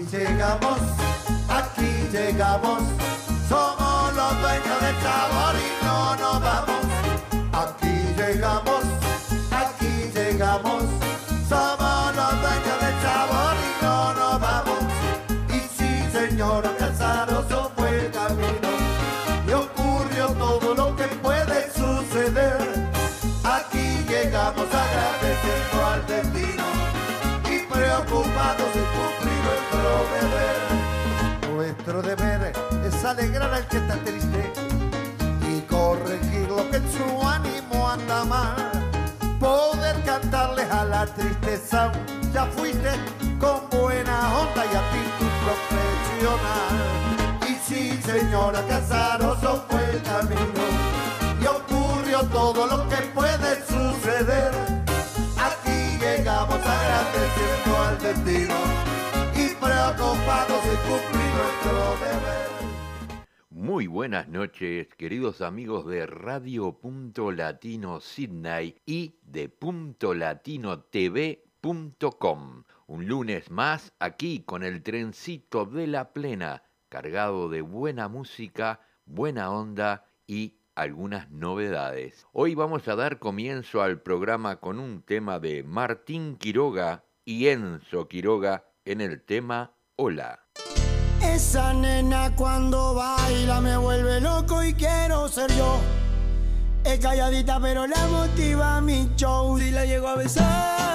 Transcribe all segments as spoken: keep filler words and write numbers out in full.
llegamos, aquí llegamos, somos los dueños del sabor y no nos vamos. Aquí llegamos, aquí llegamos, somos los dueños del sabor y no nos vamos. Y sí, señor, Casaroso fue el camino y ocurrió todo lo que puede suceder. Aquí llegamos agradeciendo al destino y preocupados de cumplir nuestro deber. Nuestro deber es alegrar al que está triste y corregir lo que en su ánimo anda mal. Poder cantarles a la tristeza, ya fuiste con buena onda y actitud profesional. Y sí, señora, Casaroso fue el camino y ocurrió todo lo que puede suceder. Aquí llegamos agradeciendo al destino y preocupados de cumplir nuestro deber. Muy buenas noches, queridos amigos de Radio Punto Latino Sydney y de punto latino t v punto com. Un lunes más aquí con el trencito de la plena, cargado de buena música, buena onda y algunas novedades. Hoy vamos a dar comienzo al programa con un tema de Martín Quiroga y Enzo Quiroga en el tema Hola. Esa nena cuando baila me vuelve loco y quiero ser yo. Es calladita pero la motiva mi show. Si la llego a besar,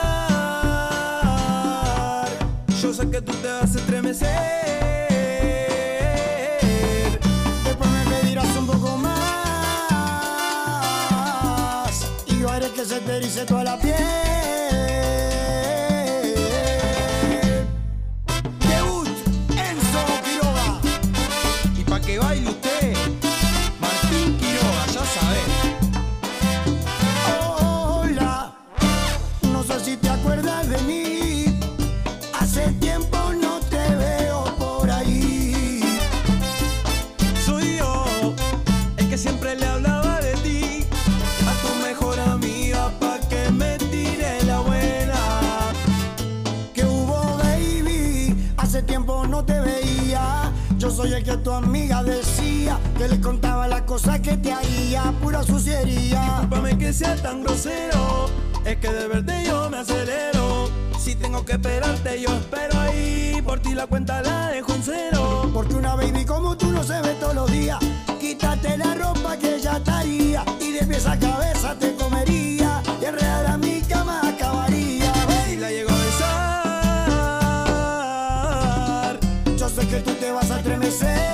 yo sé que tú te vas a estremecer. Después me pedirás un poco más y yo haré que se te erice toda la piel. Que baile usted, Martín Quiroga, ya sabes. Hola, no sé si te acuerdas de mí. Hace tiempo no te veo por ahí. Soy yo, el que siempre le hablaba de ti a tu mejor amiga pa' que me tire la buena. ¿Qué hubo, baby? Hace tiempo no te veía. Yo soy el que tu amiga decía que le contaba las cosas que te haría, pura suciería. Discúlpame que sea tan grosero, es que de verte yo me acelero. Si tengo que esperarte yo espero ahí, por ti la cuenta la dejo en cero. Porque una baby como tú no se ve todos los días. Quítate la ropa que ya estaría y de pies a cabeza te comería y enredada a mi cama acabaría. Si la llego a besar, yo sé que tú te vas a estremecer.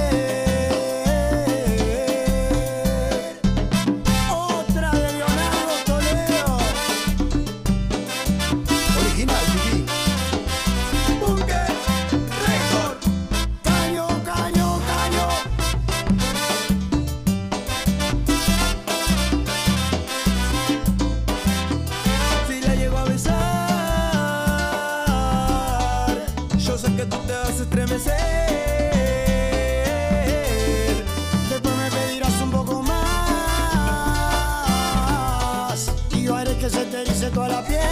Otra de Leonardo Toledo, original T V. Bunker Record. Caño, caño, caño. Si la llego a besar, yo sé que tú te vas a estremecer. Después me pedirás un poco más y yo haré que se te erice toda la piel.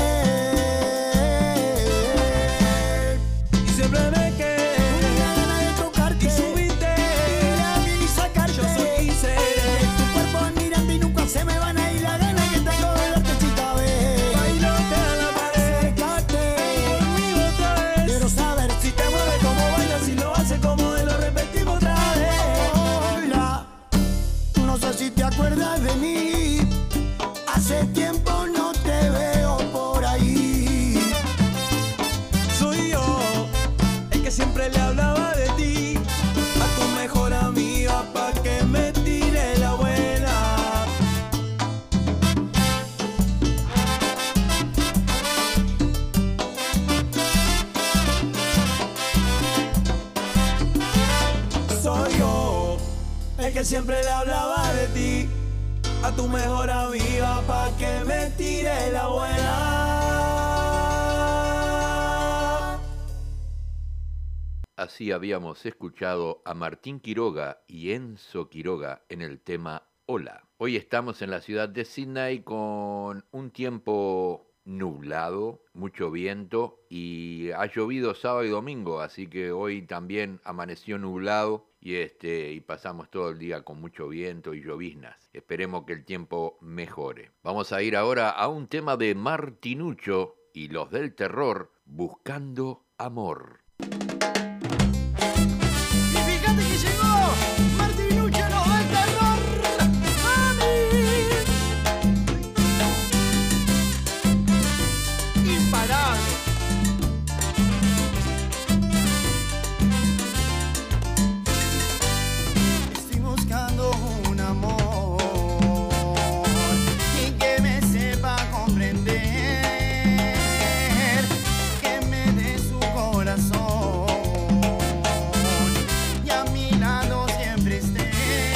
Y siempre me quedé Una gana de tocarte y subiste. y la piel y sacarte. Yo soy quise. Tu cuerpo admirando y nunca se me van a ir la gana que tengo de verte, chica, ve. Bailote a la pared, Acércate, conmigo otra vez. quiero saber Si te mueve como baila, si lo hace como de lo repetimos otra vez. hola. No sé si te acuerdas de mí. Hace tiempo no te veo por ahí. Soy yo, el que siempre le hablaba de ti a tu mejor amiga pa' que me tire la buena. Soy yo, el que siempre le hablaba de ti a tu mejor amiga pa' que me tire la buena. Así habíamos escuchado a Martín Quiroga y Enzo Quiroga en el tema Hola. Hoy estamos en la ciudad de Sydney con un tiempo nublado, mucho viento y ha llovido sábado y domingo, así que hoy también amaneció nublado y, este, y pasamos todo el día con mucho viento y lloviznas. Esperemos que el tiempo mejore. Vamos a ir ahora a un tema de Martinucho y los del terror, Buscando Amor. Y fíjate que llegó Martinucho, los del terror. ¡Mami! Imparable. Estoy buscando un amor y que me sepa comprender, que me dé su corazón y a mi lado siempre esté.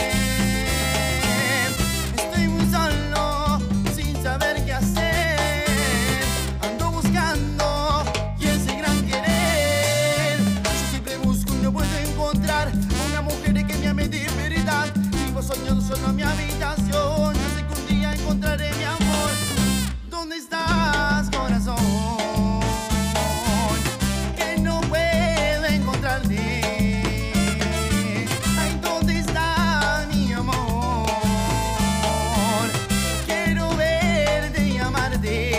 Estoy muy solo sin saber qué hacer, ando buscando y ese gran querer. Yo siempre busco y no puedo encontrar una mujer que me ame de verdad. Vivo soñando solo en mi habitación, no sé que un día encontraré mi amor. ¿Dónde estás, corazón? Que no puedo encontrarte. Ay, ¿dónde está mi amor? Quiero verte y amarte.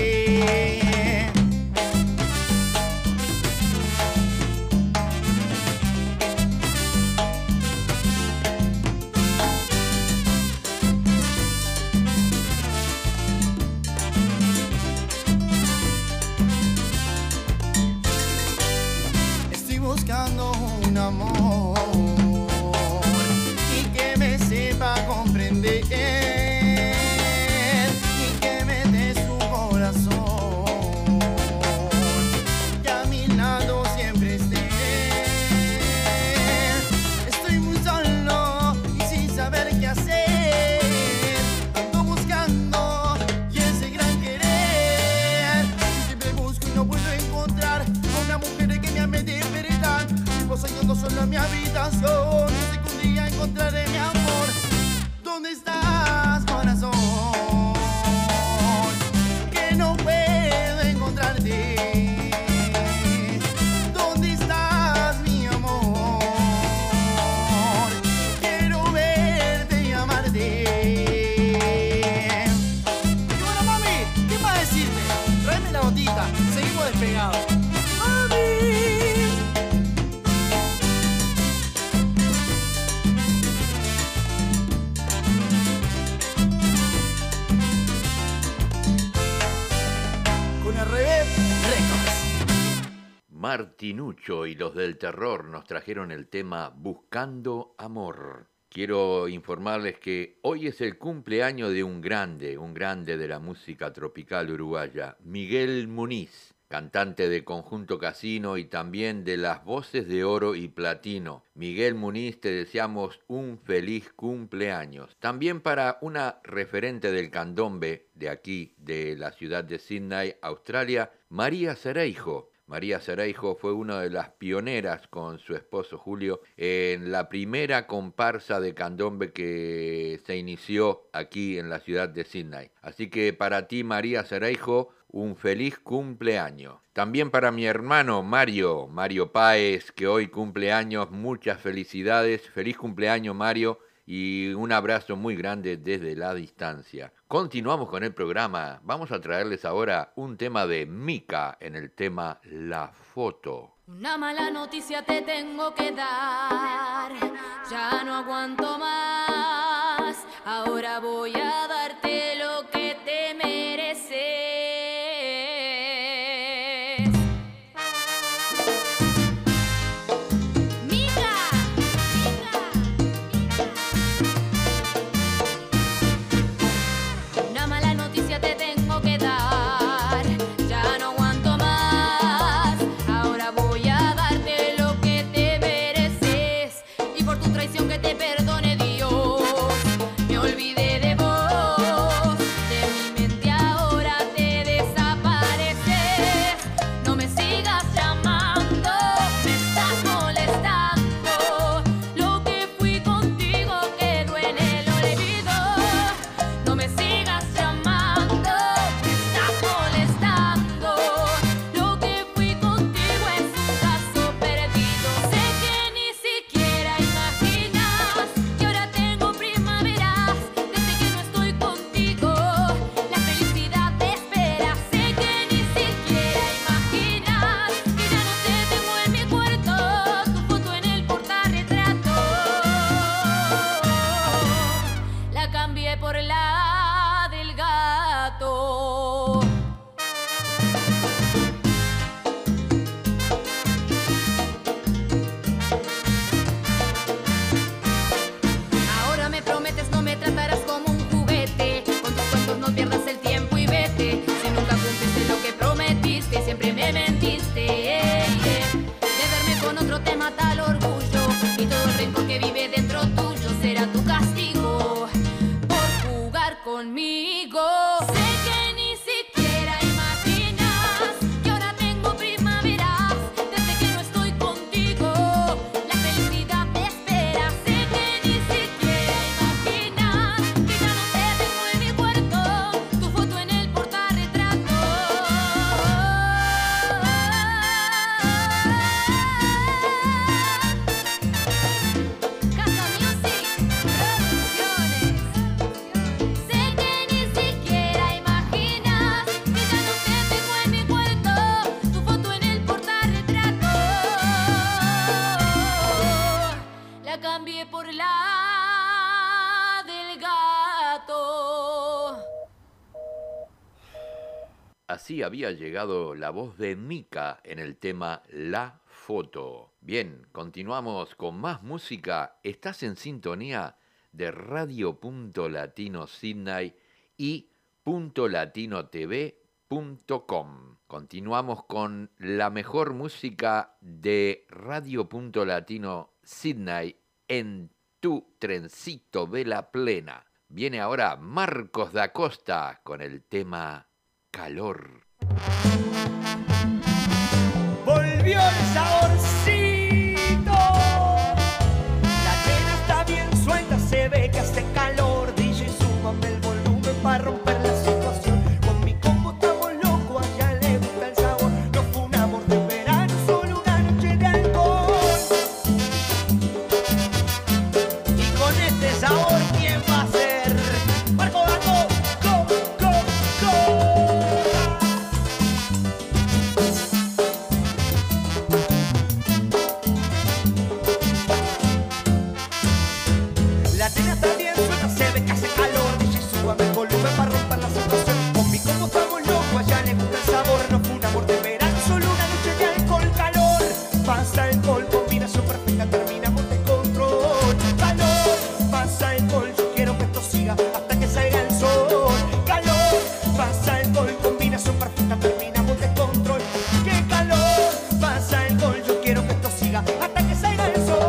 Estoy buscando un amor y que me sepa comprender y que me dé su corazón y a mi lado siempre esté. Estoy muy solo y sin saber qué hacer, ando buscando y ese gran querer. Yo siempre busco y no puedo encontrar a una mujer que me ame de verdad. Vivo soñando solo en mi habitación, no sé que un día encontraré mi amor. ¿Dónde estás, corazón? Que no puedo encontrarte. ¿Dónde estás, mi amor? Quiero verte y amarte. Y bueno, mami, ¿qué más decirte? Tráeme la botita, seguimos despegados. ¡Mami! Con R B Records. Martinucho y los del terror nos trajeron el tema Buscando Amor. Quiero informarles que hoy es el cumpleaños de un grande, un grande de la música tropical uruguaya, Miguel Muniz, cantante de Conjunto Casino y también de Las Voces de Oro y Platino. Miguel Muniz, te deseamos un feliz cumpleaños. También para una referente del candombe de aquí, de la ciudad de Sydney, Australia, María Cereijo. María Cereijo fue una de las pioneras con su esposo Julio en la primera comparsa de candombe que se inició aquí en la ciudad de Sydney. Así que para ti, María Cereijo, un feliz cumpleaños. También para mi hermano Mario, Mario Páez, que hoy cumple años, muchas felicidades. Feliz cumpleaños, Mario, y un abrazo muy grande desde la distancia. Continuamos con el programa. Vamos a traerles ahora un tema de Mika en el tema La Foto. Una mala noticia te tengo que dar, ya no aguanto más, ahora voy a darte lo que te mereces. Mika, Mika, Mika. Una mala noticia te tengo que dar, ya no aguanto más, ahora voy a darte lo que te mereces, y por tu traición que te perdone Dios, me olvidé de vos. Así había llegado la voz de Mika en el tema La Foto. Bien, continuamos con más música. Estás en sintonía de Radio Punto Latino Sydney y punto latino t v punto com. Continuamos con la mejor música de Radio Punto Latino Sydney en tu trencito de la plena. Viene ahora Marcos da Costa con el tema Calor. Volvió el saborcito. La arena está bien suelta, se ve que hace calor. D J, súbame el volumen para romper la situación. Con mi combo estamos locos, allá le gusta el sabor. No fue un amor de verano, solo una noche de alcohol. Y con este sabor, ¿quién va a ser? Marco Daco, go, go, go. La arena está bien suelta, se ve que hace calor. D J, súbame el volumen para romper la situación. Con mi combo estamos locos, allá le gusta el sabor. No fue un amor de verano, solo una noche de alcohol. Calor, pasa alcohol, combinación perfecta, terminamos de control. Calor, pasa alcohol, yo quiero que esto siga hasta que salga el sol. Calor, pasa alcohol, combinación perfecta, terminamos de control. ¡Qué calor! Pasa alcohol, yo quiero que esto siga hasta que salga el sol.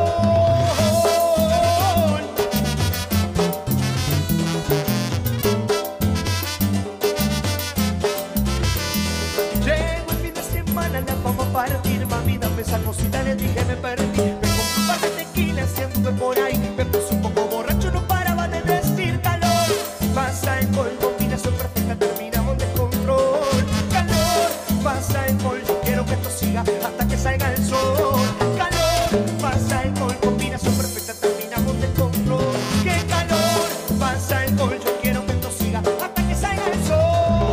Llegó el fin de semana, la vamos a partir. Mami, dame esa cosita, le dije me perdí. Me compré un par de tequila, siento que por ahí me puse un poco borracho, no paraba de decir calor. Pasa alcohol, combinación perfecta, terminamos de control. Calor, pasa alcohol, yo quiero que esto siga hasta que salga el sol. Calor, pasa alcohol, combinación perfecta, terminamos de control. ¡Qué calor! Pasa alcohol, yo quiero que esto siga hasta que salga el sol.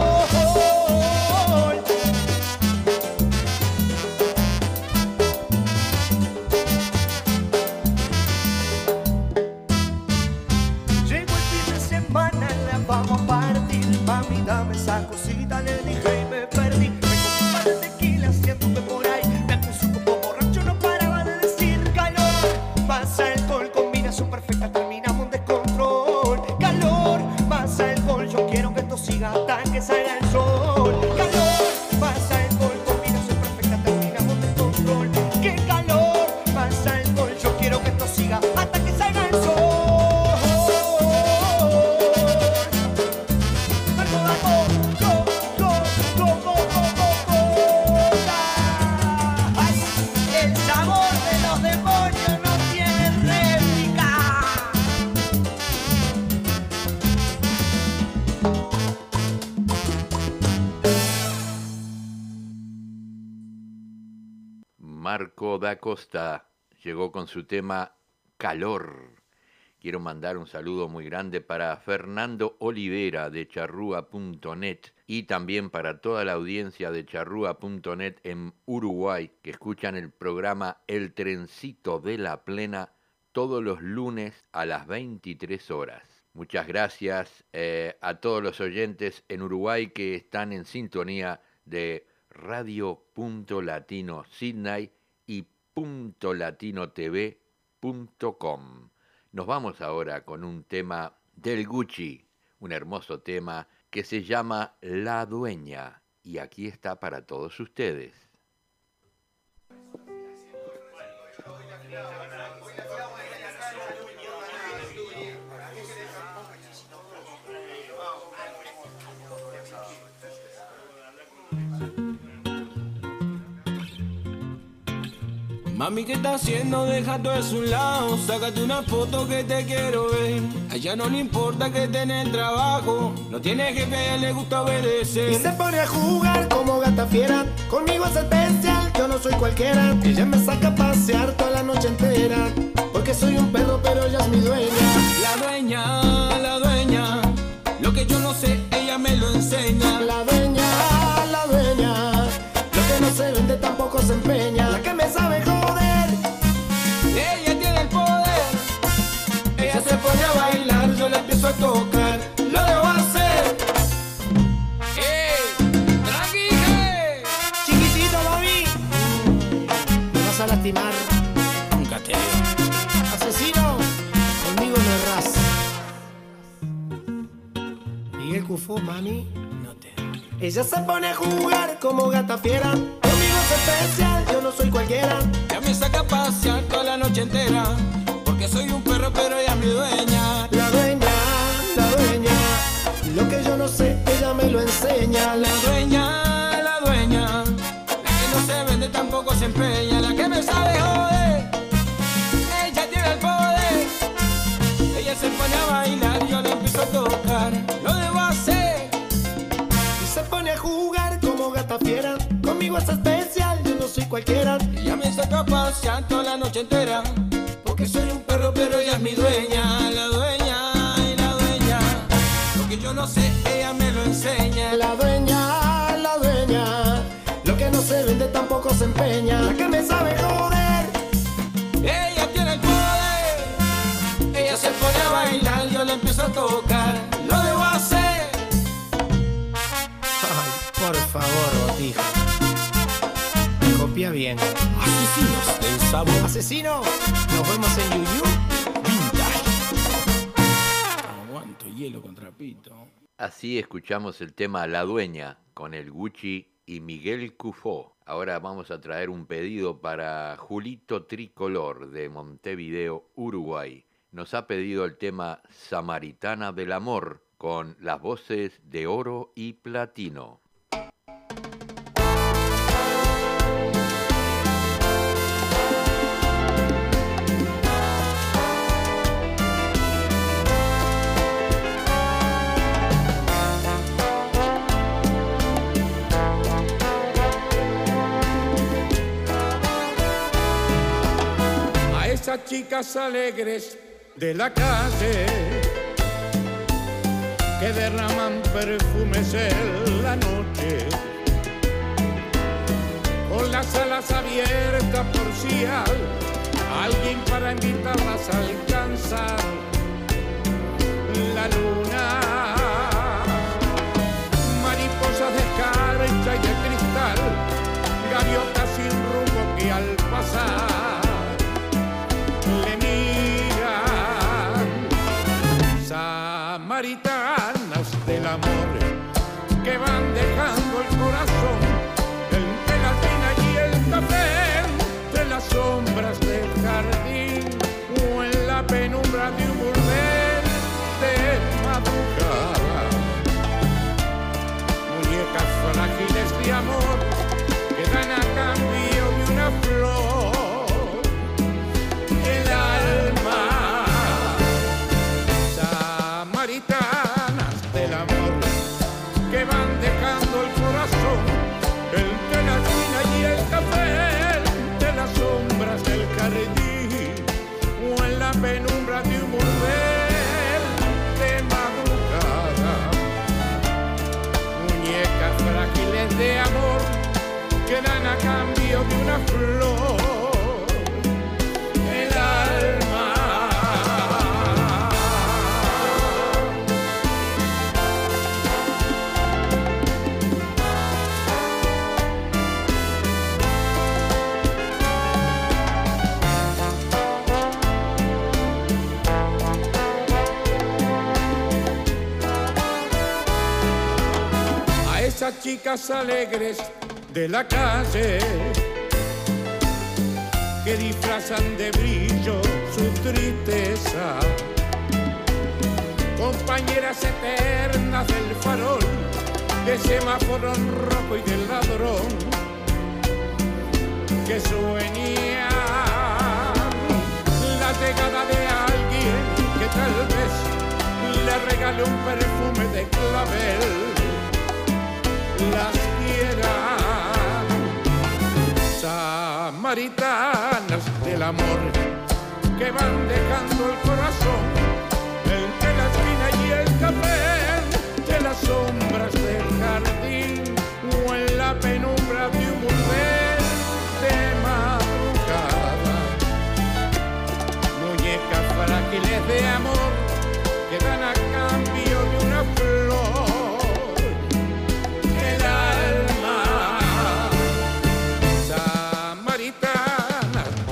Llegó el fin de semana, la vamos a partir. Mami, dame esa cosita, le dije y me perdí. Me compré un par de tequila, siento que por ahí me puse un poco borracho, no paraba de decir calor. Pasa alcohol, combinación perfecta, terminamos de control. Calor, pasa alcohol, yo quiero que esto siga hasta que salga el sol. Calor, pasa alcohol, combinación perfecta, terminamos de control. ¡Qué calor! Pasa alcohol, yo quiero que esto siga hasta que salga el sol. Marco Daco, go, go, go, go, go, go, go. Ay, el sabor de los demonios no tiene réplica. Marco da Costa llegó con su tema Calor. Quiero mandar un saludo muy grande para Fernando Olivera de charrúa punto net y también para toda la audiencia de charrúa punto net en Uruguay que escuchan el programa El Trencito de la Plena todos los lunes a las veintitrés horas. Muchas gracias eh, a todos los oyentes en Uruguay que están en sintonía de Radio Punto Latino Sydney y punto latino t v punto com. Nos vamos ahora con un tema del Gucci, un hermoso tema que se llama La Dueña, y aquí está para todos ustedes. Mami, ¿qué estás haciendo? Deja todo eso a un lado. Sácate una foto que te quiero ver. A ella no le importa que esté en el trabajo. No tiene jefe, a ella le gusta obedecer. Y se pone a jugar como gata fiera. Conmigo es especial, yo no soy cualquiera. Ella me saca a pasear toda la noche entera. Porque soy un perro, pero ella es mi dueña. La dueña, la dueña. Lo que yo no sé, ella me lo enseña. La dueña, la dueña. Lo que no se vende tampoco se empeña. La que me sabe joder. Ella tiene el poder. Ella se pone a bailar, yo le empiezo a tocar. Lo debo hacer. ¡Eh! lastimar. Nunca te dio. Asesino, conmigo no errás. Miguel Cufó, mami, No te dio. ella se pone a jugar como gata fiera. Conmigo es especial, yo no soy cualquiera. Ya me saca a pasear toda la noche entera, porque soy un perro pero ella es mi dueña. La dueña, la dueña, y lo que yo no sé, ella me lo enseña. La La dueña, la dueña, la que no se vende tampoco se empeña, la que me sabe joder, ella tiene el poder. Ella se pone a bailar, yo le empiezo a tocar, lo debo hacer. y se pone a jugar como gata fiera. Conmigo es especial, yo no soy cualquiera. Ella me saca a pasear toda la noche entera, porque soy un perro pero ella es mi dueña. La dueña y la dueña, lo que yo no sé, ella me lo enseña. La dueña, la dueña, lo que no se vende tampoco se empeña. La que me sabe joder. Ella tiene el poder, ella se pone a bailar, yo le empiezo a tocar, lo debo hacer. Ay, por favor, botija. Me copia bien. Asesinos del sabor Asesino, nos vemos en Yuyu. vintage. Aguanto hielo con trapito. Así escuchamos el tema La Dueña con el Gucci y Miguel Cufó. Ahora vamos a traer un pedido para Julito Tricolor de Montevideo, Uruguay. Nos ha pedido el tema Samaritana del Amor con las voces de Oro y Platino. Esas chicas alegres de la calle que derraman perfumes en la noche, con las alas abiertas por si hay alguien para invitarlas a alcanzar la luna. Mariposas de escarcha y de cristal, gaviotas sin rumbo que al pasar le miran. Samaritanas del amor que van dejando el corazón entre la tina y el café, entre las sombras del jardín o en la penumbra de un burdel de madrugada. Muñecas frágiles de amor que dan a cambio de una flor el alma. Samaritanas del amor que van dejando el corazón entre la esquina y el café, entre las sombras del jardín o en la penumbra de un burdel de madrugada. Muñecas frágiles de amor que dan a cambio de una flor el alma. A esas chicas alegres de la calle que disfrazan de brillo su tristeza, compañeras eternas del farol, de semáforo rojo y del ladrón que sueña la llegada de alguien que tal vez le regale un perfume de clavel, las quiera. Samaritanas del amor que van dejando el corazón entre la esquina y el café, de las sombras del jardín o en la penumbra de un burdel de madrugada. Muñecas frágiles de amor que dan a cambio de una flor el alma. Samaritanas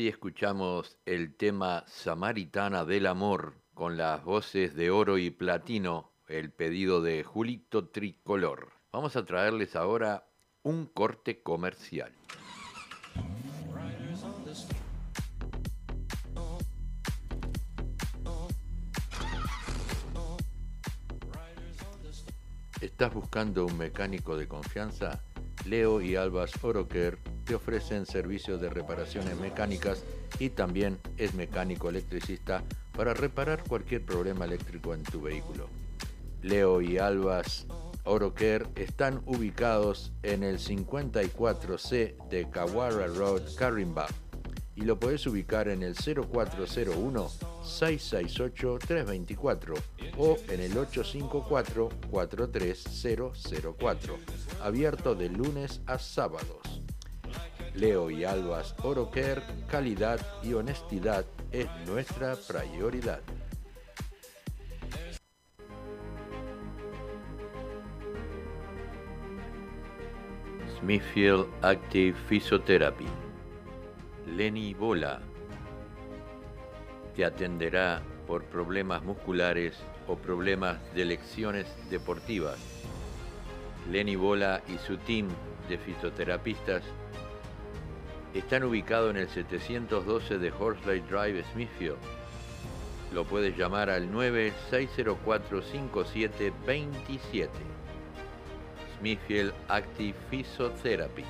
Así escuchamos el tema Samaritana del Amor con las voces de Oro y Platino, el pedido de Julito Tricolor. Vamos a traerles ahora un corte comercial. ¿Estás buscando un mecánico de confianza? Leo y Albas Oroker te ofrecen servicios de reparaciones mecánicas y también es mecánico electricista para reparar cualquier problema eléctrico en tu vehículo. Leo y Albas Oroker están ubicados en el cincuenta y cuatro C de Kawara Road, Carimba, y lo puedes ubicar en el cero cuatro cero uno, seis seis ocho, tres dos cuatro o en el ocho cinco cuatro, cuatro tres cero cero cuatro, abierto de lunes a sábados. Leo y Albas Oroker, calidad y honestidad es nuestra prioridad. Smithfield Active Physiotherapy. Lenny Bola te atenderá por problemas musculares o problemas de lecciones deportivas. Lenny Bola y su team de fisioterapistas están ubicados en el setecientos doce de Horsley Drive, Smithfield. Lo puedes llamar al nueve seis cero cuatro, cinco siete dos siete. Smithfield Active Physiotherapy.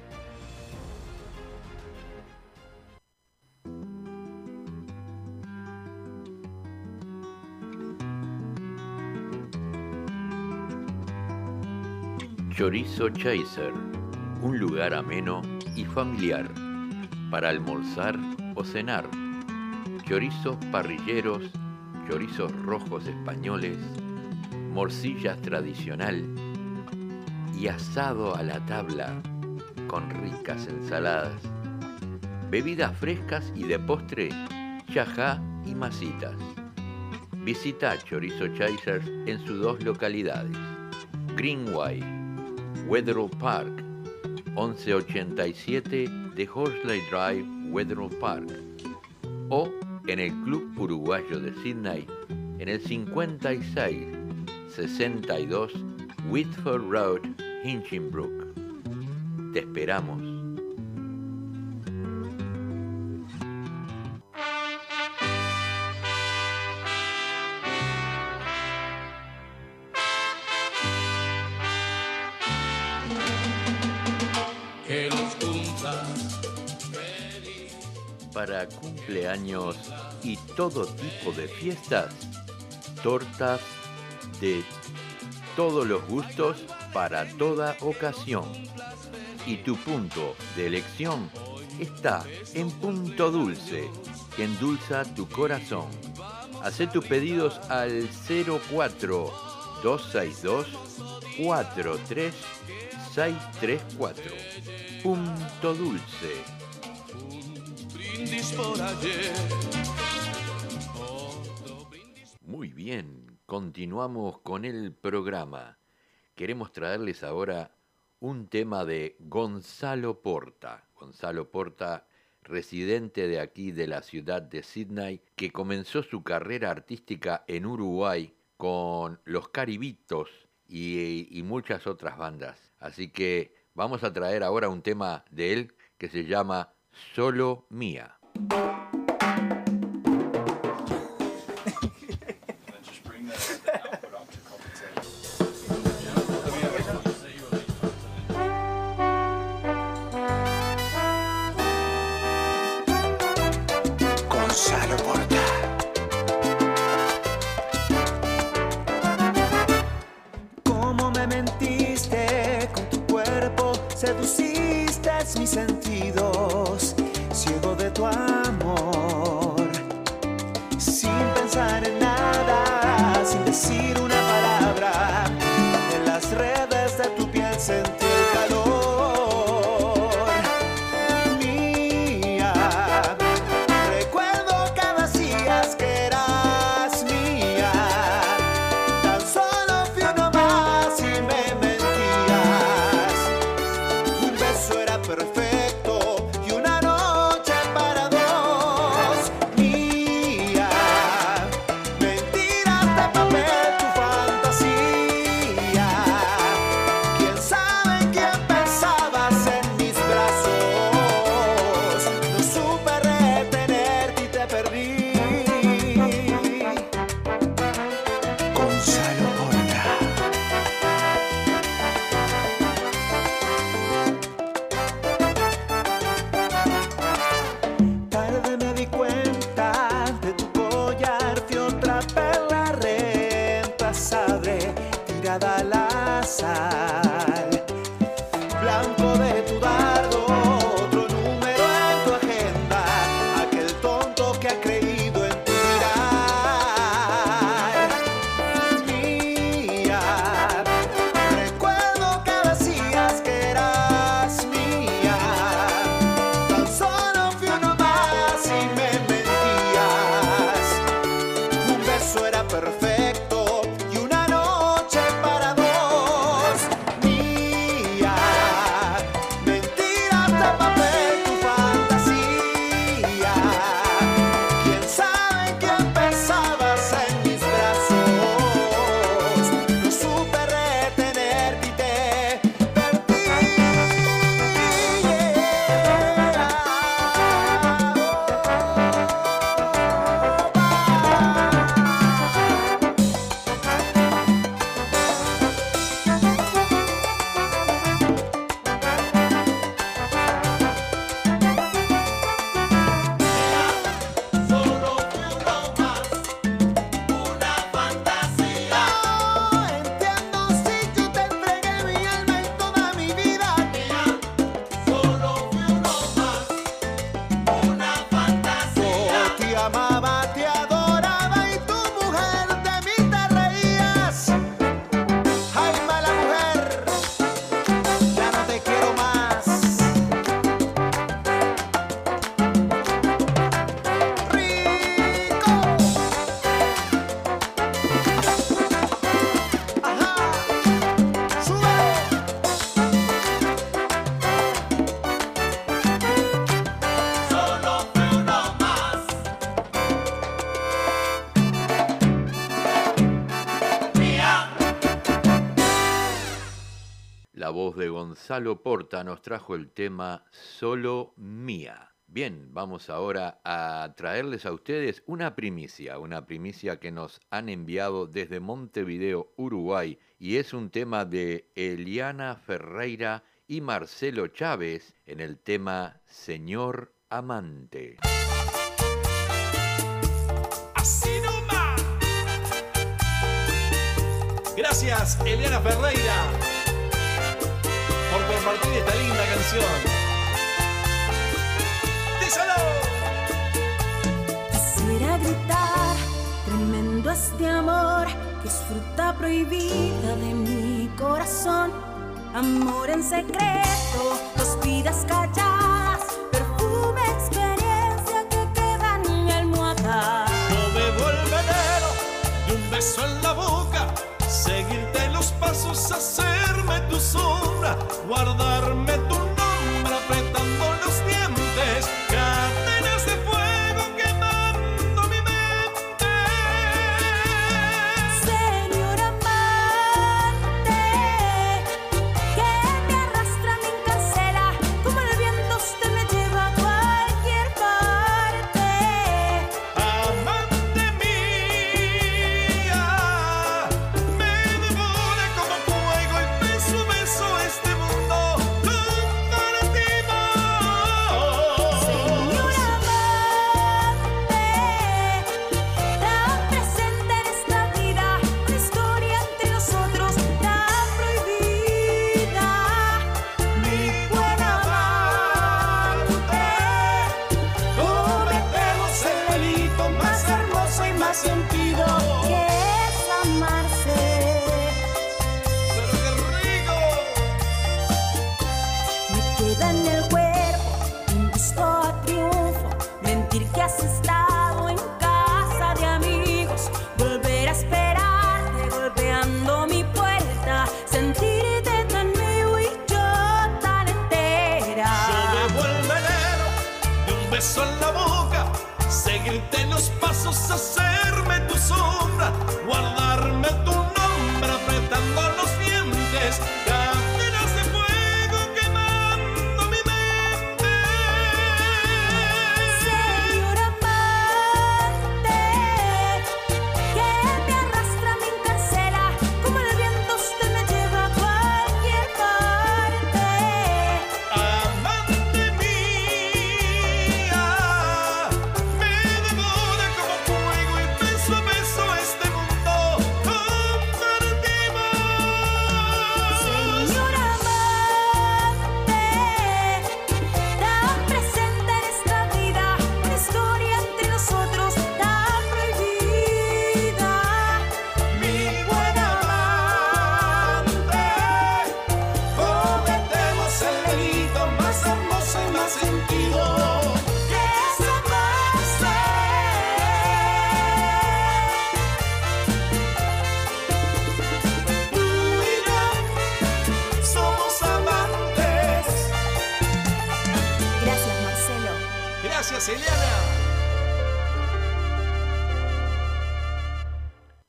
Chorizo Chaser, un lugar ameno y familiar para almorzar o cenar. Chorizos parrilleros, chorizos rojos españoles, morcillas tradicional y asado a la tabla con ricas ensaladas. Bebidas frescas y de postre, chajá y masitas. Visita Chorizo Chaser en sus dos localidades, Greenway, Wetherill Park, once ochenta y siete de Horsley Drive, Wetherill Park, o en el Club Uruguayo de Sydney, en el cincuenta y seis sesenta y dos Whitford Road, Hinchinbrook. Te esperamos. Para cumpleaños y todo tipo de fiestas, tortas de todos los gustos para toda ocasión. Y tu punto de elección está en Punto Dulce, que endulza tu corazón. Hacé tus pedidos al cero cuatro, dos seis dos, cuatro tres seis tres cuatro. Punto Dulce. Muy bien, continuamos con el programa. Queremos traerles ahora un tema de Gonzalo Porta. Gonzalo Porta, residente de aquí de la ciudad de Sydney, que comenzó su carrera artística en Uruguay con Los Caribitos y, y muchas otras bandas. Así que vamos a traer ahora un tema de él que se llama Solo Mía. Gonzalo Porta. Cómo me mentiste con tu cuerpo, seduciste mis sentidos, ciego de tu amor, sin pensar en nada, sin decir una palabra, en las redes de tu piel sentí el calor. Mía, recuerdo que decías que eras mía, tan solo fui uno más y me mentías. Un beso era perfecto y una noche para dos. sal. Blanco de tu dardo, otro número en tu agenda, aquel tonto que ha creído en tu mirar. Mía, recuerdo que decías que eras mía, tan solo fui uno más y me mentías. Un beso era perfecto y una noche para dos. Mía, mentiras de papel, tu fantasía. Quién sabe que empezabas en mis brazos. No supe retenerte y te perdí. Solo fui uno más, una fantasía. No entiendo si yo te entregué mi alma y toda mi vida. Mía, solo fui uno más, una fantasía. Yo te amaba, te adoraba y tu mujer de mí te reías. Ay, mala mujer, ya no te quiero más. Rico. Ajá. Sube. Solo fui uno más. Mía. La voz de Gonzalo Porta nos trajo el tema Solo Mía. Bien, vamos ahora a traerles a ustedes una primicia, una primicia que nos han enviado desde Montevideo, Uruguay, y es un tema de Eliana Ferreira y Marcelo Chávez en el tema Señor Amante. Así nomás. Gracias, Eliana Ferreira, por compartir esta linda canción. ¡Díselo! Quisiera gritar, tremendo este amor, que es fruta prohibida de mi corazón. Amor en secreto, dos vidas calladas, perfume, experiencia que queda en mi almohada. Yo bebo el veneno de un beso en la boca, seguirte los pasos, hacerme tu sombra, guardarme tu nombre apretando los dientes, cadenas de fuego quemando mi mente. Señor amante, que me arrastra, me encarcela, como el viento usted me lleva a cualquier parte. Amante mía, me devora como fuego y beso a beso este mundo compartimos. Señor amante, tan presente en esta vida, una historia entre nosotros tan prohibida. Mi buen amante, Cometemos el delito más hermoso y más sentido. que es amarse. Pero qué rico. Me queda en el cuerpo un gusto a triunfo, mentir que has estado en casa de amigos, volver a esperarte golpeando mi puerta, sentirte tan mío y yo tan entera. Yo bebo el veneno de un beso en la boca, seguirte los pasos, hacerme tu sombra, guardarme tu nombre apretando los dientes, cadenas de fuego quemando mi mente. Señor amante, que me arrastra, me encarcela, como el viento usted me lleva a cualquier parte. Amante mía, me devora como fuego y beso a beso este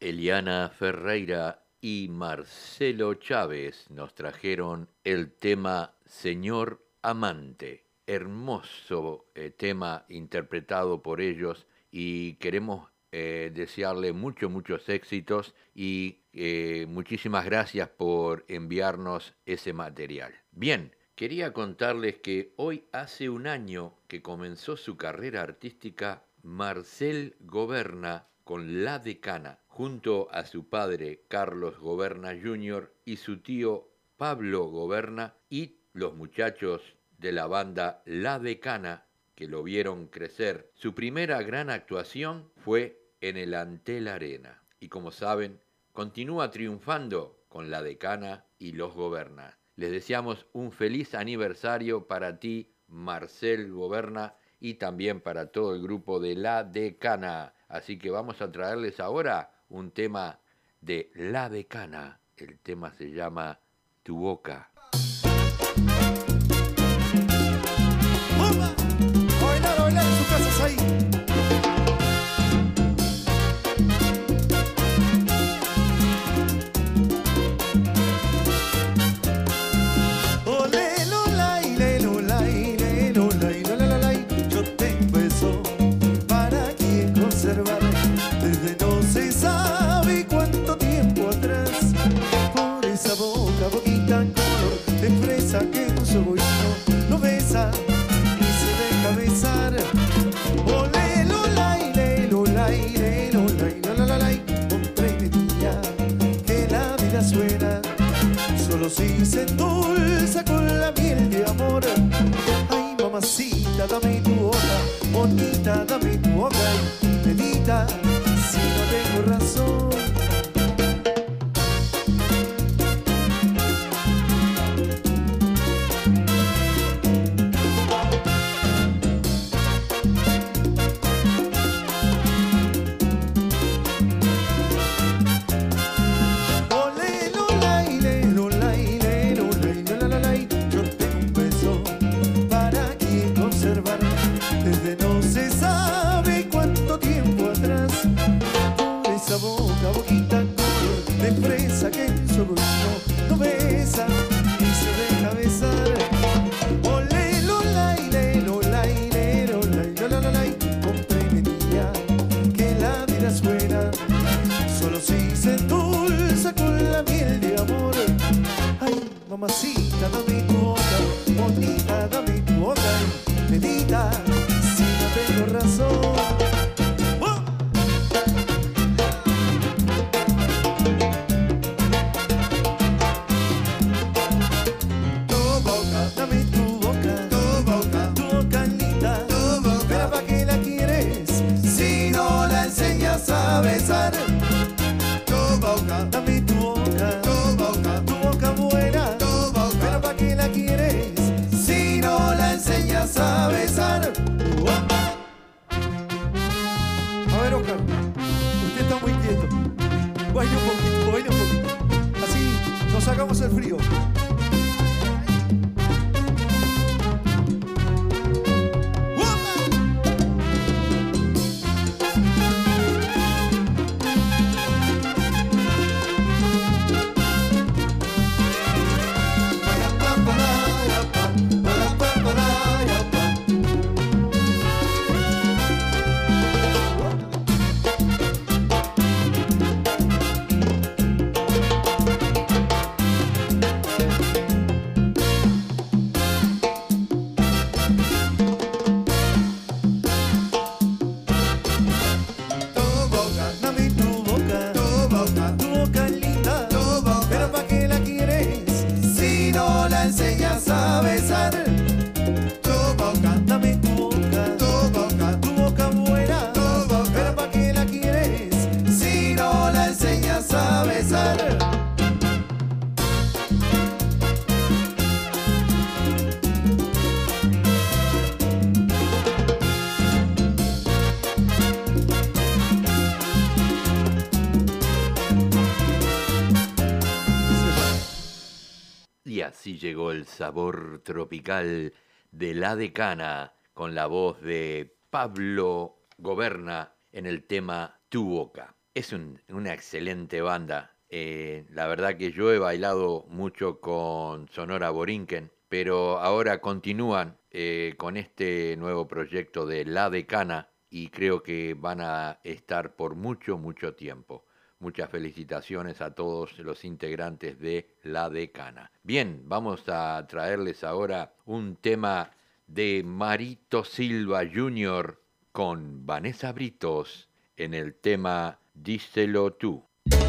Eliana Ferreira y Marcelo Chávez nos trajeron el tema Señor Amante. Hermoso eh, tema interpretado por ellos y queremos eh, desearle muchos, muchos éxitos y eh, muchísimas gracias por enviarnos ese material. Bien, quería contarles que hoy hace un año que comenzó su carrera artística Marcel Goberna con La Decana, junto a su padre Carlos Goberna junior y su tío Pablo Goberna y los muchachos de la banda La Decana que lo vieron crecer. Su primera gran actuación fue en el Antel Arena y como saben, continúa triunfando con La Decana y los Goberna. Les deseamos un feliz aniversario para ti, Marcel Goberna, y también para todo el grupo de La Decana. Así que vamos a traerles ahora un tema de La Decana. El tema se llama Tu Boca. ¡Bomba! A bailar, a bailar en sus casas ahí. Ole, lolay, le, lolay, le, lolay, lolalay. Yo tengo eso para quien conservar desde no se sabe cuánto tiempo atrás. Por esa boca, boquita color de fresa que en su bohío lo besa y se deja besar. Ole, lolay, le, lolay, le, lolay, lolalay. Comprendía que la vida suena solo si se endulza con la miel de amor. Ay, mamacita, dame tu boca, bonita, dame tu boca. Y medita si no tengo razón. Ole, lolay, le, lolay, le, lolay, lolalay. Yo tengo un beso para quien conservar desde no se sabe cuánto tiempo atrás. Por esa boca, boquita color de fresa que en su orgullo no besa y se deja besar. Ole, lolay, le, lolay, le, lolay, lolalay. Comprendía que la vida es buena solo si se endulza con la miel de amor. Ay, mamacita, dame tu boca, bonita, dame tu boca. Y medita si no tengo razón. ¡Oh! Tu boca, dame tu boca, tu boca, tu boca linda, tu boca. Pero ¿para qué la quieres si no la enseñas a besar? Tu boca, dame tu boca, tu boca, tu boca buena, tu boca. Pero ¿para qué la quieres si no la enseñas a besar? A ver, Oscar, usted está muy quieto. Baile un poquito, baile un poquito. Así nos sacamos el frío. Y así llegó el sabor tropical de La Decana con la voz de Pablo Goberna en el tema Tu Boca. Es un- una excelente banda. Eh, la verdad que yo he bailado mucho con Sonora Borinquen, pero ahora continúan eh, con este nuevo proyecto de La Decana y creo que van a estar por mucho, mucho tiempo. Muchas felicitaciones a todos los integrantes de La Decana. Bien, vamos a traerles ahora un tema de Marito Silva junior con Vanessa Britos en el tema Díselo tú.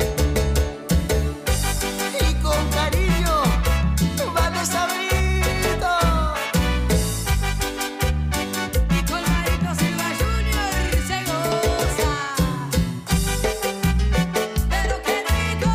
Y con cariño, Vanessa Brito. Y con Marito Silva junior se goza. Pero qué rico.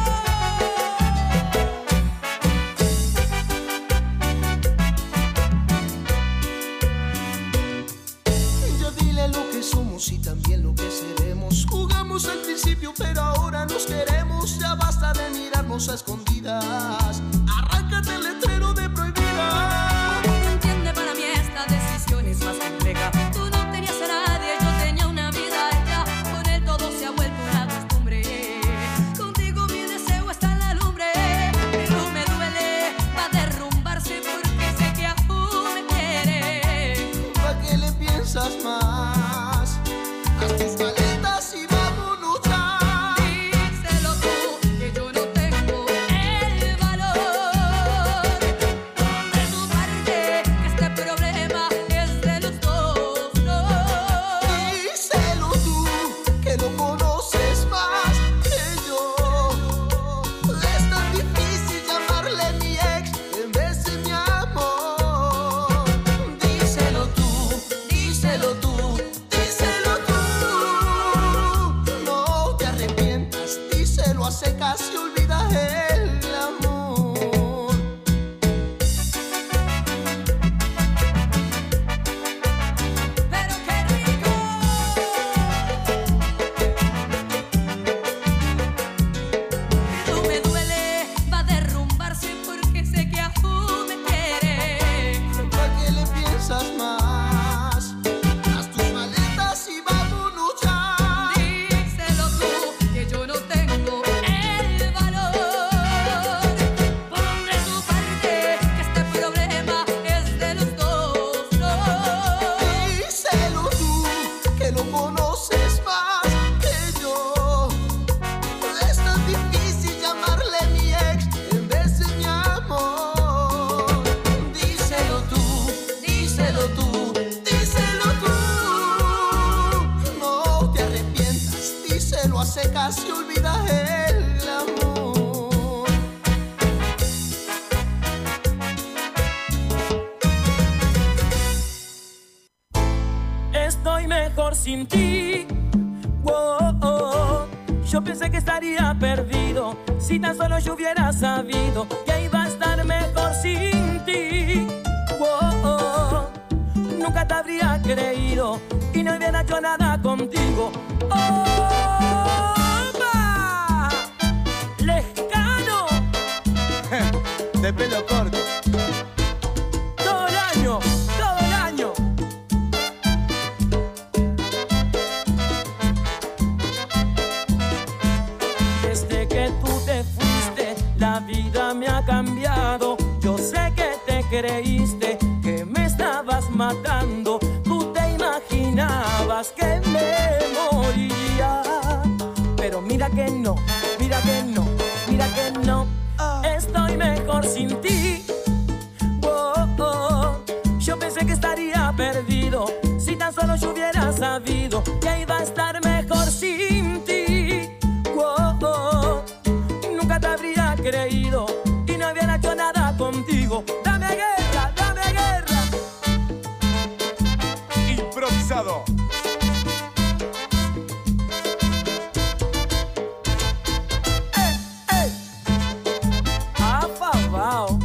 Yo dile lo que somos y también lo que seremos. Jugamos al principio, pero ahora nos queremos. Ya basta de mirarnos a escondidas. Arráncate el letrero de prohibida. Entiende, para mí esta decisión es más compleja. Tú no tenías a nadie, yo tenía una vida hecha. Con él todo se ha vuelto una costumbre. Contigo mi deseo está en la lumbre. Pero me duele, va a derrumbarse porque sé que aún me quiere. ¿Para qué le piensas más? Haz tus maletas y vámonos ya. Díselo tú, que yo no tengo el valor. Pon de tu parte que este problema es de los dos, no. Díselo tú, que lo conoces más que yo. Es tan difícil llamarle mi ex en vez de mi amor. Díselo tú, díselo tú, díselo tú. No te arrepientas, díselo a secas y olvida el amor. Pero qué rico. Pero me duele, va a derrumbarse porque sé que aún me quiere. ¿Para qué le piensas más? Haz tus maletas y vámonos ya. Díselo tú, que yo no tengo el valor. Pon de tu parte que este problema es de los dos, no. Díselo tú, que lo conoces más que yo. Es tan difícil llamarle mi ex en vez de mi amor. Díselo tú, díselo tú, díselo tú. No te arrepientas, díselo a secas y olvida el amor. Estoy mejor sin ti. Wow, oh. Yo pensé que estaría perdido si tan solo yo hubiera sabido que iba a estar mejor sin ti. Wow, oh. Nunca te habría creído y no hubiera hecho nada contigo. ¡Oh, va! Lescano. De pelo corto. Todo el año, todo el año. Desde que tú te fuiste, la vida me ha cambiado. Yo sé que te creíste que me estabas matando. Tú te imaginabas que me moriría. Pero mira que no, mira que no, mira que no. Estoy mejor sin ti. Oh, oh. Yo pensé que estaría perdido si tan solo yo hubiera sabido que iba a estar mejor sin ti. Oh, oh. Nunca te habría creído y no hubiera hecho nada contigo. Dame guerra, dame guerra. Improvisado. ¡Eh, eh! Afabao.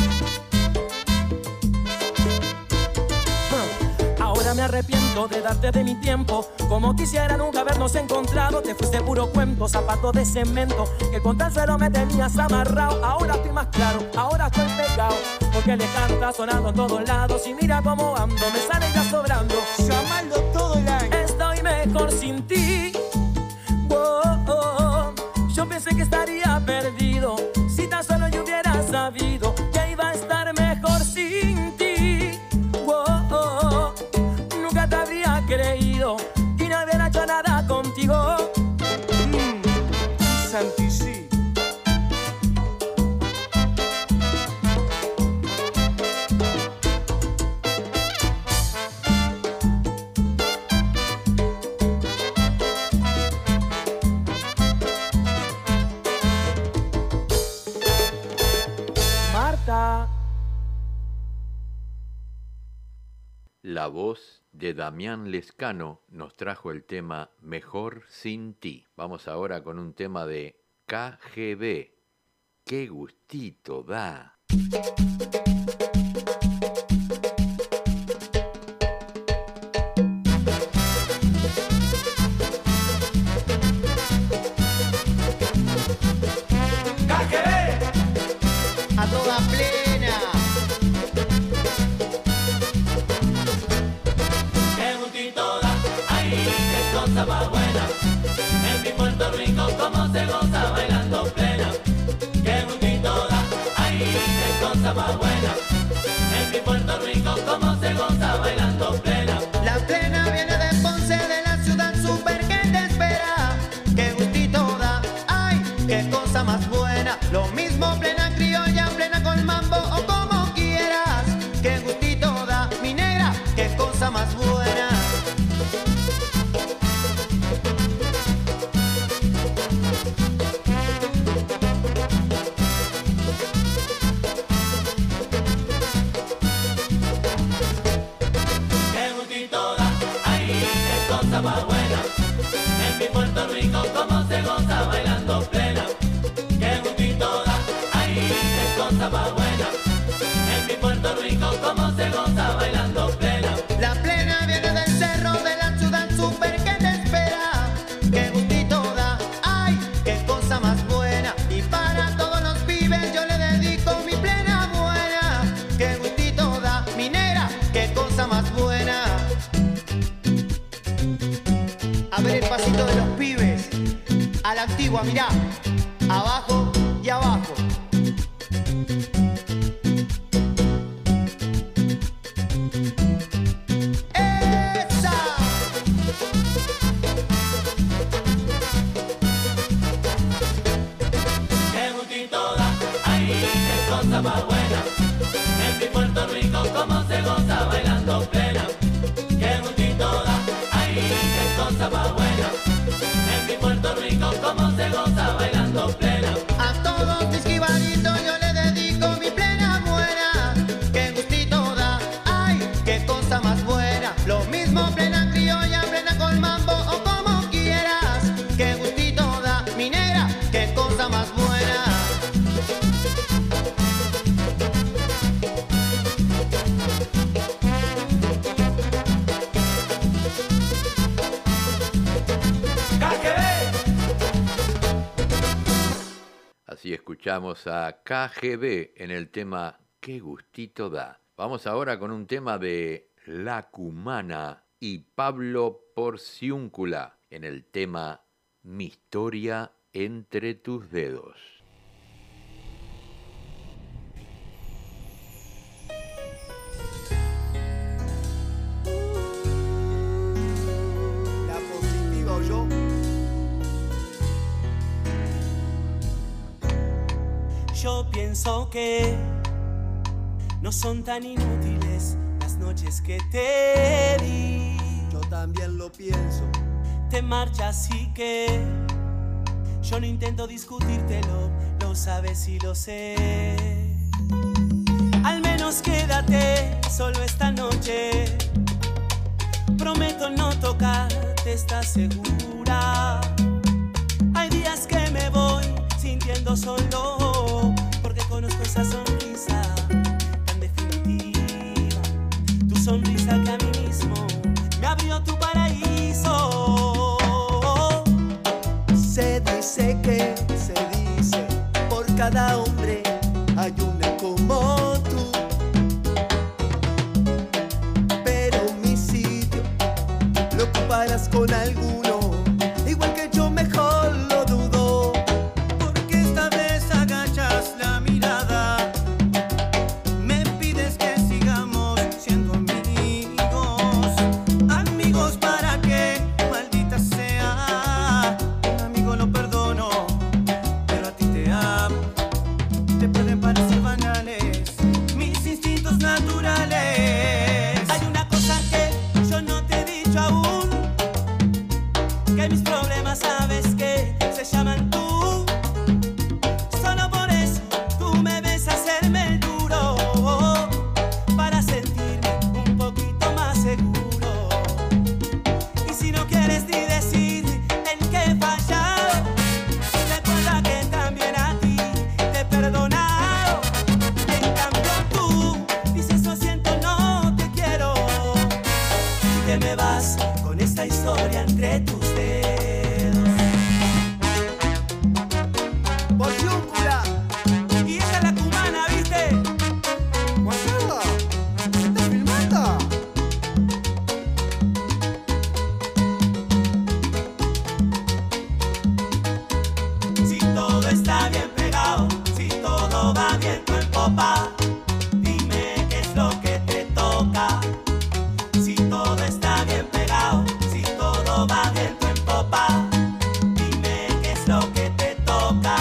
Ahora me arrepiento de darte de mi tiempo. Como quisiera nunca habernos encontrado. Te fuiste puro cuento, zapato de cemento. Que con tan celo me tenías amarrado. Ahora estoy más claro, ahora estoy pegado. Porque le canta sonando en todos lados. Y mira cómo ando, me sale ya sobrando. Llamando todo el año. Estoy mejor sin ti. Oh, oh. Santi sí. Marta. La voz de Damián Lescano nos trajo el tema Mejor sin ti. Vamos ahora con un tema de K G B. ¡Qué gustito da! A toda plena. Qué gustito da, ay, qué cosa más buena. En mi Puerto Rico cómo se goza bailando plena. Qué gustito da, ay, qué cosa más buena. En mi Puerto Rico cómo se goza bailando plena. La plena viene de Ponce, de la ciudad super que te espera. Qué gustito da, ay, qué cosa más buena. Lo mismo plena criolla, plena con mambo o como quieras. Qué gustito da, mi negra, qué cosa más buena. Qué gustito da, ay, qué cosa más buena. En mi Puerto Rico cómo se goza bailando plena. Qué gustito da, ay, qué cosa más buena. En mi Puerto Rico cómo se goza bailando plena. La plena viene del cerro, de la ciudad super que te espera. Qué gustito da, ay, qué cosa más buena. Y para todos los pibes yo le dedico mi plena buena. Qué gustito da, mi negra, qué cosa más buena. A ver el pasito de los pibes. A la antigua, mirá. Abajo y abajo. ¡Esa! Qué gustito da, ay, qué cosa más buena. En mi Puerto Rico cómo se goza bailando plena. Qué gustito da, ay, qué cosa más buena. En mi Puerto Rico cómo se goza bailando plena. A todos mis jibaritos yo le dedico mi plena buena. Qué gustito da, ay, qué cosa más buena. Lo mismo plena criolla, plena con mambo o como quieras. Qué gustito da, mi negra, qué cosa más buena. Así escuchamos a K G B en el tema Qué gustito da. Vamos ahora con un tema de La Cumana y Pablo Porciúncula en el tema Mi historia entre tus dedos. La positiva o yo. Yo pienso que no son tan inútiles las noches que te di. Yo también lo pienso. Te marchas y que yo no intento discutírtelo, lo sabes y lo sé. Al menos quédate solo esta noche. Prometo no tocarte, ¿estás segura? Hay días que me voy sintiendo solo, porque conozco esa sonrisa tan definitiva. Tu sonrisa que a mí mismo me abrió tu paraíso. Se dice que, se dice, por cada hombre hay una como tú. Pero mi sitio lo ocuparás con alguno, igual que yo mejor lo dudo. Porque esta vez agachas la mirada, me pides que sigamos siendo amigos. Amigos para que, maldita sea, un amigo lo perdono, problemas, sabes que se llaman tú. Solo por eso tú me ves hacerme el duro, para sentirme un poquito más seguro. Y si no quieres ni decir en qué he fallado, recuerda que también a ti te he perdonado. En cambio tú dices lo siento, no te quiero, y te me vas con esta historia entre tus dedos. Porciúncula. Y esa es la cubana, ¿viste? Juan Carlos, ¿me estás filmando? Si todo está bien pegado, si todo va viento en popa, dime qué es lo que te toca. Si todo está bien pegado, si todo va viento en popa, dime qué es lo que te toca.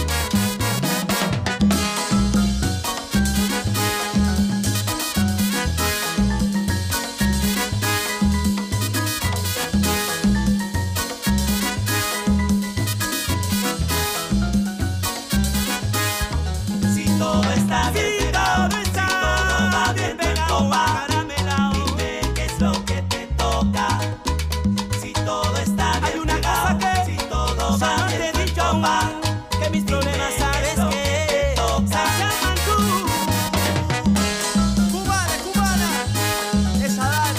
Si todo está bien pegado, si todo va bien pegado, dime qué es lo que te toca. Si todo está bien pegado, si todo va bien pegado, que mis problemas sabes que se llaman tú. Cubana, cubana. Esa dale.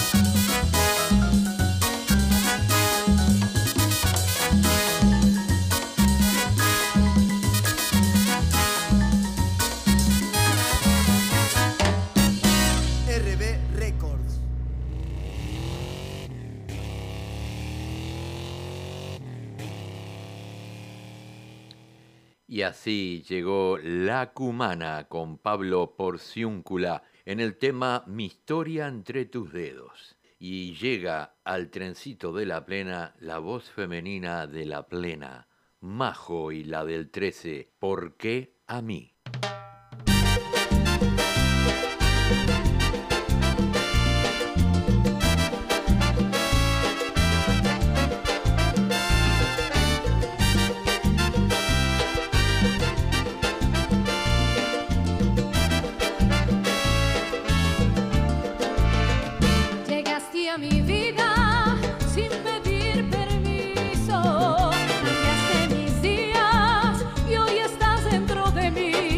R B Records. Y así llegó La Cumana con Pablo Porciúncula en el tema Mi historia entre tus dedos. Y llega al trencito de la plena la voz femenina de la plena, Majo, y la del trece, ¿por qué a mí? Llegaste a mi vida sin pedir permiso, cambiaste mis días y hoy estás dentro de mí.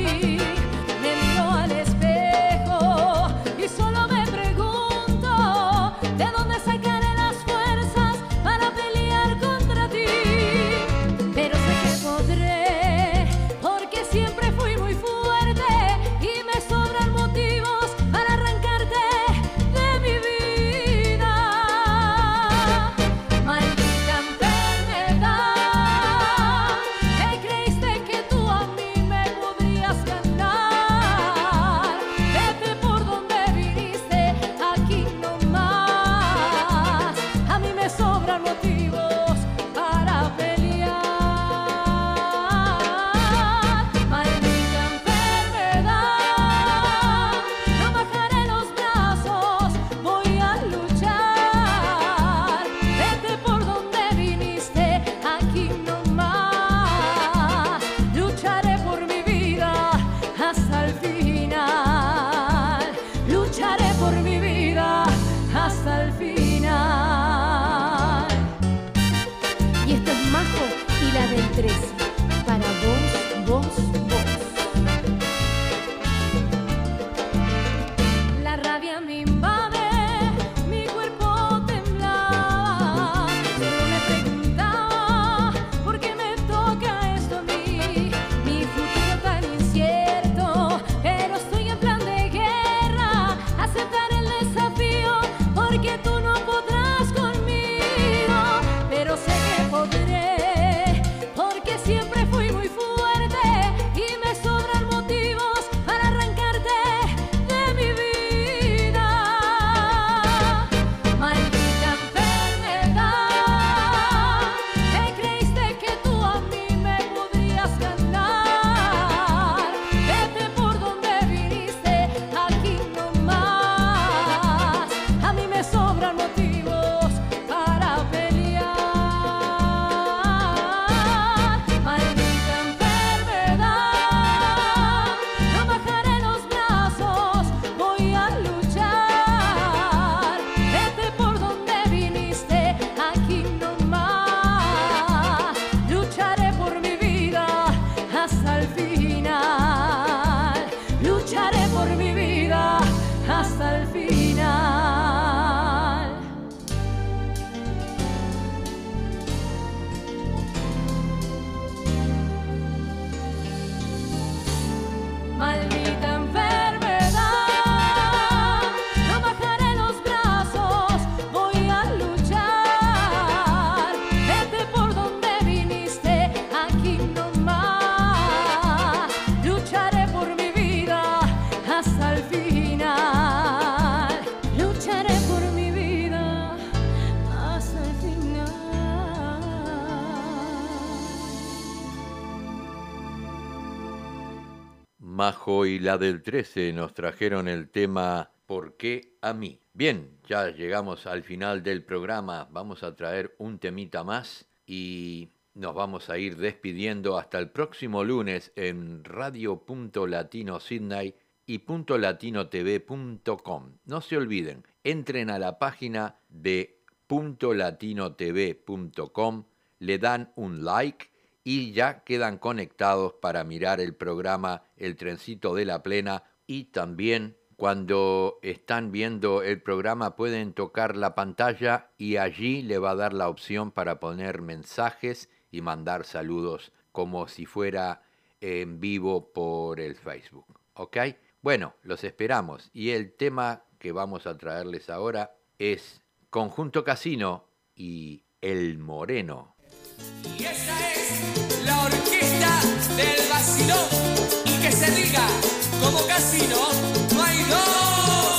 Majo y la del trece nos trajeron el tema ¿Por qué a mí? Bien, ya llegamos al final del programa. Vamos a traer un temita más y nos vamos a ir despidiendo hasta el próximo lunes en Radio Punto Latino Sydney y punto latino t v punto com. No se olviden, entren a la página de punto latino t v punto com, le dan un like y ya quedan conectados para mirar el programa El Trencito de la Plena. Y también cuando están viendo el programa pueden tocar la pantalla y allí le va a dar la opción para poner mensajes y mandar saludos como si fuera en vivo por el Facebook. ¿Ok? Bueno, los esperamos. Y el tema que vamos a traerles ahora es Conjunto Casino y El Moreno. Y esa es la orquesta del vacilón. Y que se diga, como casino, no hay dos.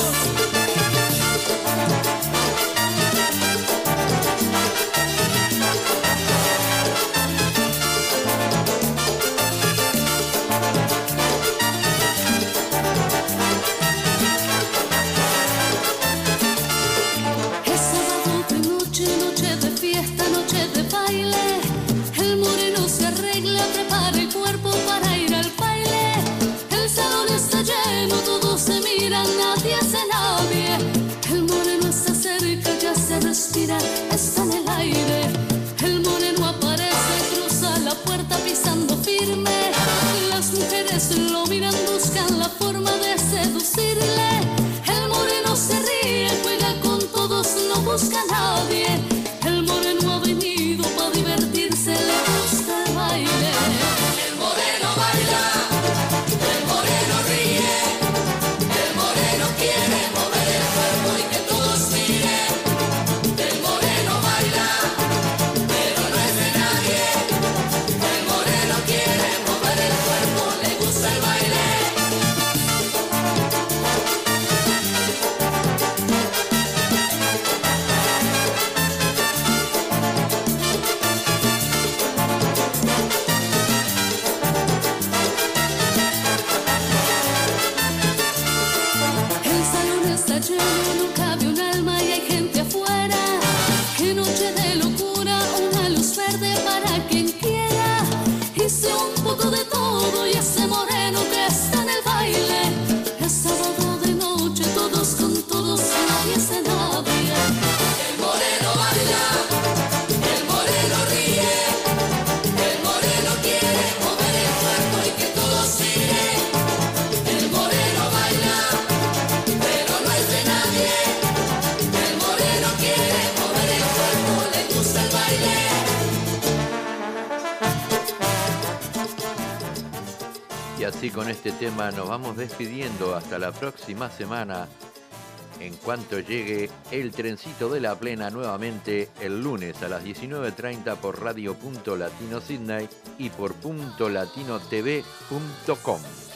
Es sábado de noche, noche de fiesta, noche de baile. El moreno se arregla, prepara el cuerpo para ir al baile. El salón está lleno, todos se miran, nadie hace nadie. El moreno está cerca, ya se respira, está en el aire. El moreno aparece, cruza la puerta pisando firme. Las mujeres lo miran, buscan la forma de seducirle. El moreno se ríe, juega con todos, no busca a nadie. El moreno ha venido para divertirse, le gusta el baile. El moreno baila, el moreno ríe, el moreno quiere mover el cuerpo y que todos miren. El moreno baila, pero no es de nadie. El moreno quiere mover el cuerpo, le gusta el baile. El salón está lleno, no cabe un alma y hay gente afuera. Qué noche de locura, una luz verde para quien quiera. Hice un poco de todo y ese moreno que está en el baile. Es sábado de noche, todos con todos, nadie hace nadie. El moreno baila, el moreno ríe, el moreno quiere mover el cuerpo y que todos miren. El moreno baila, pero no es de nadie. El moreno quiere mover el cuerpo, le gusta el baile. Y así con este tema nos vamos despidiendo hasta la próxima semana. En cuanto llegue El Trencito de la Plena nuevamente el lunes a las diecinueve treinta por Radio Punto Latino Sydney y por punto latino t v punto com.